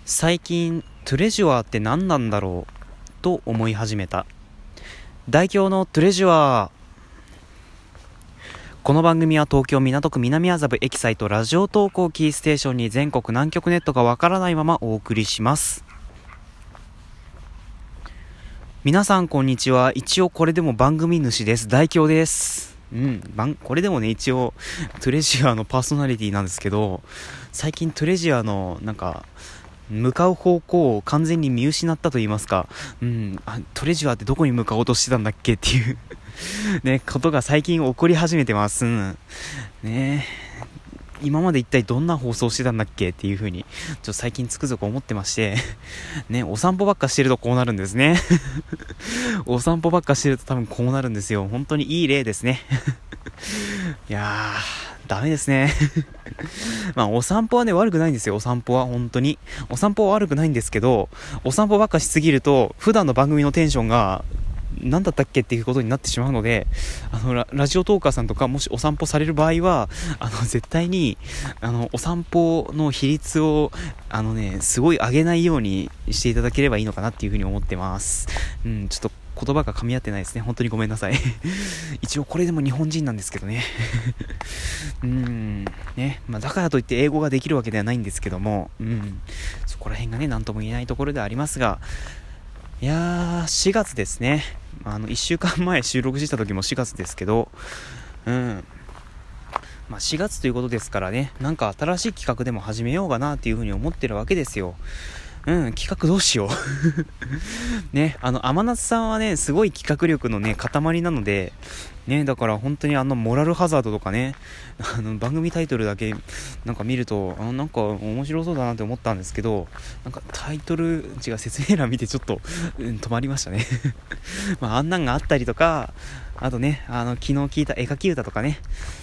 最近トレジュアって何なんだろうと思い始めた。代表のトレジュア。この番組は東京港区南麻布エキサイトラジオ投稿キーステーションに全国南極ネットがわからないままお送りします。皆さんこんにちは。一応これでも番組主です。代表です。これでもね、一応トレジュアのパーソナリティなんですけど、最近トレジュアの向かう方向を完全に見失ったと言いますか、トレジュアってどこに向かおうとしてたんだっけっていうね、ことが最近起こり始めてます。今まで一体どんな放送してたんだっけっていう風に最近つくづく思ってましてね、お散歩ばっかしてるとこうなるんですねお散歩ばっかしてると多分こうなるんですよ。本当にいい例ですねいやーダメですねお散歩はね悪くないんですよ。お散歩は本当にお散歩は悪くないんですけど、お散歩ばっかしすぎると普段の番組のテンションが何だったっけっていうことになってしまうので、ラジオトーカーさんとかもしお散歩される場合は絶対にお散歩の比率をすごい上げないようにしていただければいいのかなっていうふうに思ってます。ちょっと言葉が噛み合ってないですね。本当にごめんなさい一応これでも日本人なんですけどねだからといって英語ができるわけではないんですけども、そこら辺がね何とも言えないところではありますが、いやー4月ですね。1週間前収録した時も4月ですけど、4月ということですからね、なんか新しい企画でも始めようかなっていうふうに思ってるわけですよ。企画どうしようね、天夏さんはねすごい企画力のね塊なのでね、だから本当にモラルハザードとかね番組タイトルだけ見ると面白そうだなって思ったんですけど、タイトル説明欄見てちょっと、止まりましたねあんなんがあったりとか、あとね昨日聞いた絵描き歌とかね、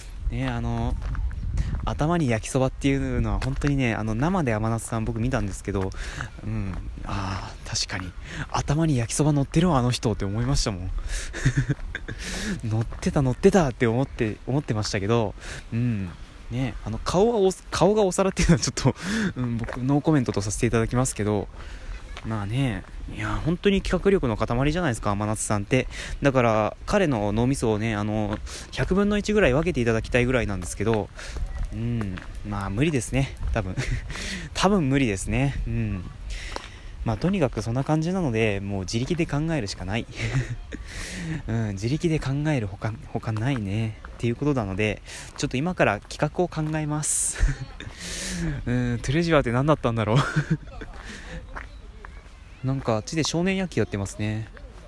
頭に焼きそばっていうのは本当にね生で天夏さん僕見たんですけど、確かに頭に焼きそば乗ってるわあの人って思いましたもん乗ってたって思ってましたけど、顔がお皿っていうのはちょっと、僕ノーコメントとさせていただきますけど、いや本当に企画力の塊じゃないですか天夏さんって。だから彼の脳みそをね100分の1ぐらい分けていただきたいぐらいなんですけど、無理ですね多分無理ですね。とにかくそんな感じなので、もう自力で考えるしかない自力で考えるほかないねっていうことなので、ちょっと今から企画を考えますトレジュアって何だったんだろうあっちで少年野球やってますね。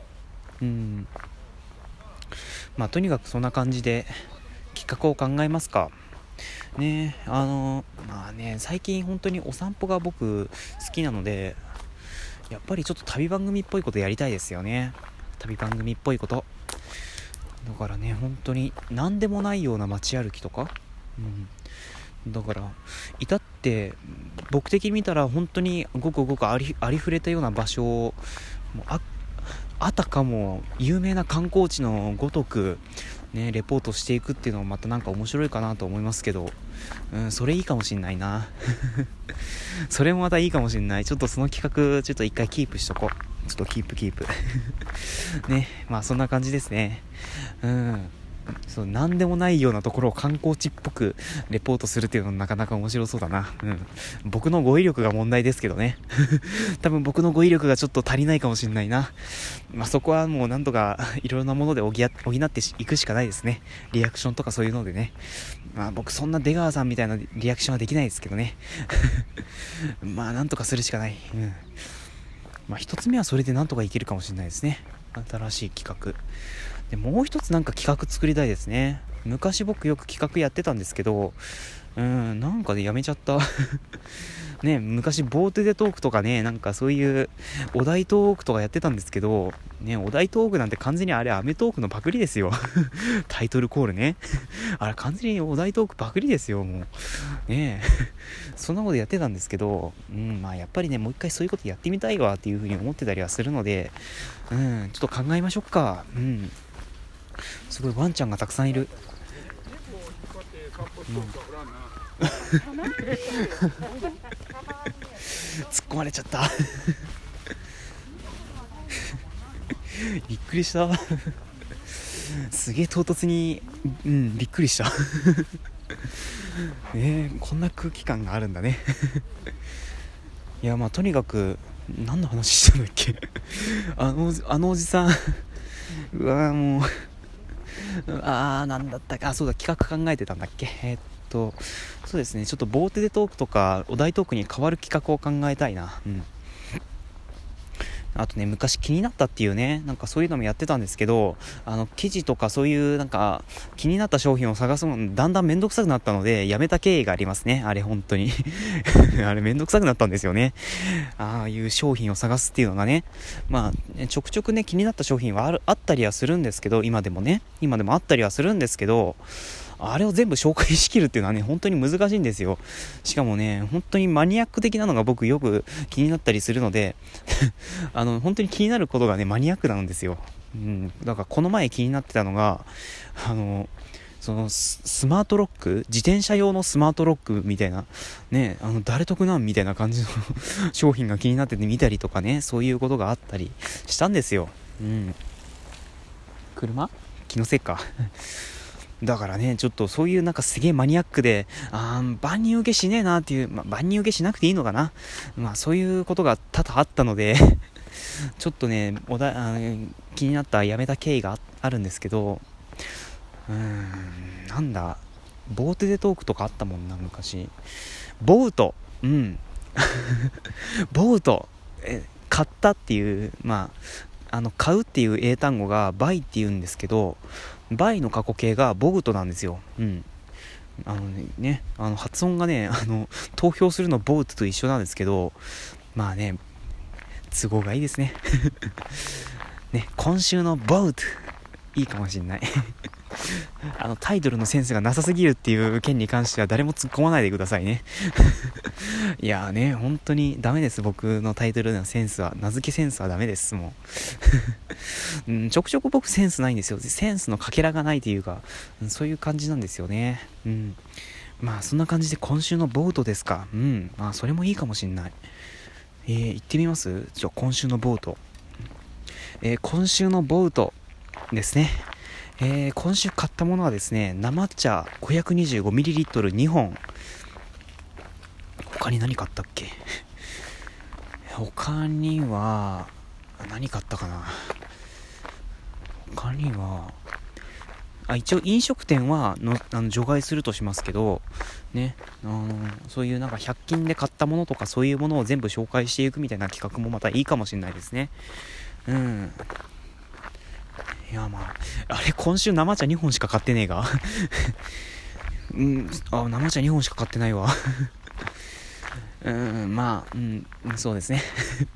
とにかくそんな感じで企画を考えますかね。最近本当にお散歩が僕好きなので、やっぱりちょっと旅番組っぽいことやりたいですよね。旅番組っぽいことだからね、本当に何でもないような街歩きとか、だから至って僕的に見たら本当にごくごくありふれたような場所をあたかも有名な観光地のごとくねレポートしていくっていうのもまた面白いかなと思いますけど、それいいかもしんないなそれもまたいいかもしんない。ちょっとその企画ちょっと一回キープしとこう。ちょっとキープね、そんな感じですね。そう何でもないようなところを観光地っぽくレポートするっていうのなかなか面白そうだな。僕の語彙力が問題ですけどね多分僕の語彙力がちょっと足りないかもしれないな。そこはもうなんとかいろんなもので補っていくしかないですね。リアクションとかそういうのでね。僕そんな出川さんみたいなリアクションはできないですけどねなんとかするしかない。一つ目はそれでなんとかいけるかもしれないですね。新しい企画で、もう一つ企画作りたいですね。昔僕よく企画やってたんですけど、やめちゃったね、昔ボートでトークとかね、そういうお題トークとかやってたんですけどね、お題トークなんて完全にあれアメトークのパクリですよタイトルコールねあれ完全にお題トークパクリですよもうねそんなことやってたんですけど、やっぱりねもう一回そういうことやってみたいわっていうふうに思ってたりはするので、ちょっと考えましょうか。すごいワンちゃんがたくさんいる。 突っ込まれちゃったびっくりしたすげえ唐突に、びっくりしたこんな空気感があるんだねいや、まあとにかく何の話したんだっけあのおじさんうわもうなんだったか、そうだ、企画考えてたんだっけ。そうですね、ちょっとボーテでトークとかお題トークに変わる企画を考えたいな。あとね、昔気になったっていうね、なんかそういうのもやってたんですけど、記事とかそういうなんか気になった商品を探すのだんだんめんどくさくなったのでやめた経緯がありますね。あれ本当にあれめんどくさくなったんですよね。ああいう商品を探すっていうのがね、まあちょくちょくね気になった商品はあったりはするんですけど、今でもあったりはするんですけど、あれを全部紹介しきるっていうのはね本当に難しいんですよ。しかもね本当にマニアック的なのが僕よく気になったりするので本当に気になることがねマニアックなんですよ。だからこの前気になってたのがそのスマートロック、自転車用のスマートロックみたいなね、誰得なんみたいな感じの商品が気になってて見たりとかね、そういうことがあったりしたんですよ。車？気のせいかだからね、ちょっとそういうなんかすげえマニアックで万人受けしねえなっていう、万人受けしなくていいのかな、そういうことが多々あったのでちょっとね気になったやめた経緯があるんですけど、なんだ、ボーテでトークとかあったもんな昔。ボートボート買ったっていう、買うっていう英単語がバイって言うんですけど、バイの過去形がボートなんですよ。発音がね投票するのボートと一緒なんですけど、都合がいいですね今週のボートいいかもしれないタイトルのセンスがなさすぎるっていう件に関しては誰も突っ込まないでくださいねいやね、本当にダメです。僕のタイトルのセンスは、名付けセンスはダメです。もうちょくちょく僕センスないんですよ。センスのかけらがないというか、そういう感じなんですよね。そんな感じで今週のボートですか。それもいいかもしんない。行ってみます？じゃあ今週のボート、今週のボートですね。今週買ったものはですね、生茶 525ml2 本。他に何買ったっけ他には何買ったかな。他には一応飲食店は除外するとしますけどね、そういうなんか100均で買ったものとかそういうものを全部紹介していくみたいな企画もまたいいかもしれないですね。いやあれ今週生茶2本しか買ってねえが生茶2本しか買ってないわそうですね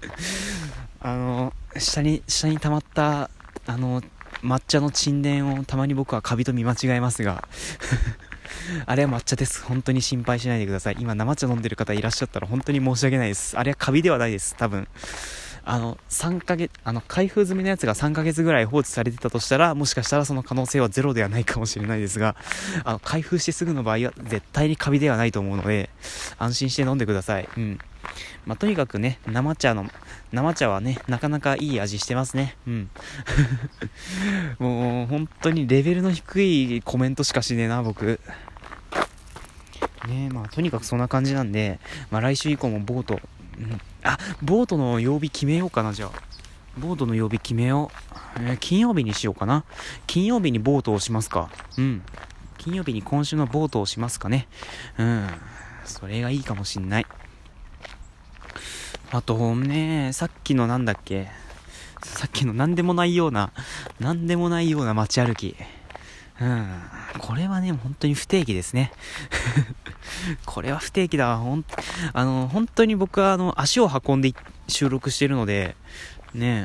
下に溜まった抹茶の沈殿をたまに僕はカビと見間違えますがあれは抹茶です。本当に心配しないでください。今生茶飲んでる方いらっしゃったら本当に申し訳ないです。あれはカビではないです。多分3ヶ月開封済みのやつが3ヶ月ぐらい放置されてたとしたら、もしかしたらその可能性はゼロではないかもしれないですが、開封してすぐの場合は絶対にカビではないと思うので安心して飲んでください。とにかくね、生茶はねなかなかいい味してますね。もう本当にレベルの低いコメントしかしねえな僕ね。とにかくそんな感じなんで、来週以降もボートボートの曜日決めようかな。じゃあボートの曜日決めよう。金曜日にしようかな。金曜日にボートをしますか。金曜日に今週のボートをしますかね。それがいいかもしんない。あとね、さっきのなんでもないような街歩き。これはね本当に不定期ですねこれは不定期だわ。本当に僕は足を運んで収録してるのでね、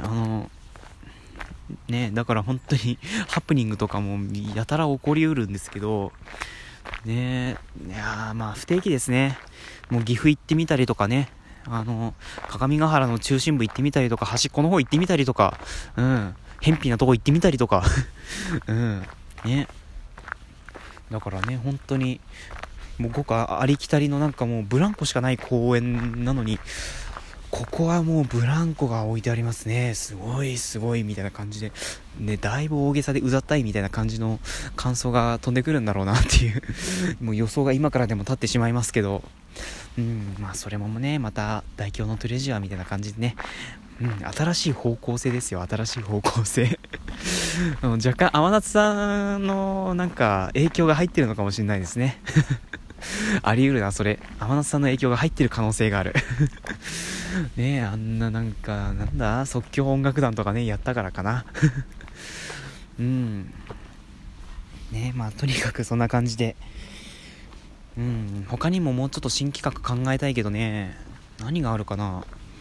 だから本当にハプニングとかもやたら起こりうるんですけどね。いや不定期ですね。もう岐阜行ってみたりとかね、各務原の中心部行ってみたりとか、端っこの方行ってみたりとか、偏僻なとこ行ってみたりとかね。だからね本当にもうごくありきたりのなんかもうブランコしかない公園なのにここはもうブランコが置いてありますね。すごいすごいみたいな感じでね、だいぶ大げさでうざったいみたいな感じの感想が飛んでくるんだろうなっていうもう予想が今からでも立ってしまいますけど、まあそれもね、また大京のトレジュアみたいな感じでね、新しい方向性ですよ、新しい方向性若干天夏さんのなんか影響が入ってるのかもしれないですねあり得るな、それ天夏さんの影響が入ってる可能性があるねえ、あんななんかなんだ即興音楽団とかねやったからかなねえ、まあとにかくそんな感じで、他にももうちょっと新企画考えたいけどね、何があるかな。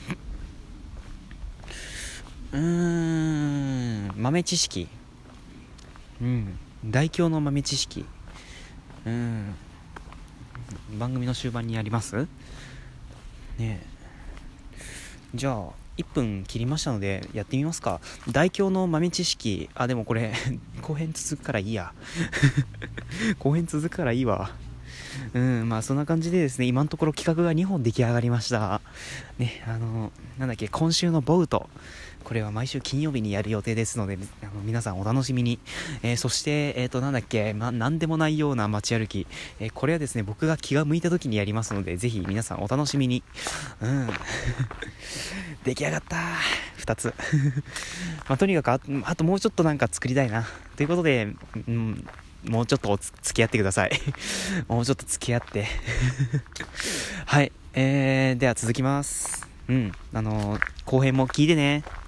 豆知識、大凶の豆知識、番組の終盤にやりますね。え、じゃあ1分切りましたのでやってみますか。大凶の豆知識、でもこれ後編続くからいいや後編続くからいいわ。まあそんな感じでですね、今のところ企画が2本出来上がりましたね。なんだっけ、今週のボウト、これは毎週金曜日にやる予定ですので、皆さんお楽しみに。そしてなんだっけ、なんでもないような街歩き、これはですね僕が気が向いた時にやりますので、ぜひ皆さんお楽しみに。出来上がった2つとにかくあともうちょっとなんか作りたいなということで、もうちょっと付き合ってくださいもうちょっと付き合ってはい、では続きます。後編も聞いてね。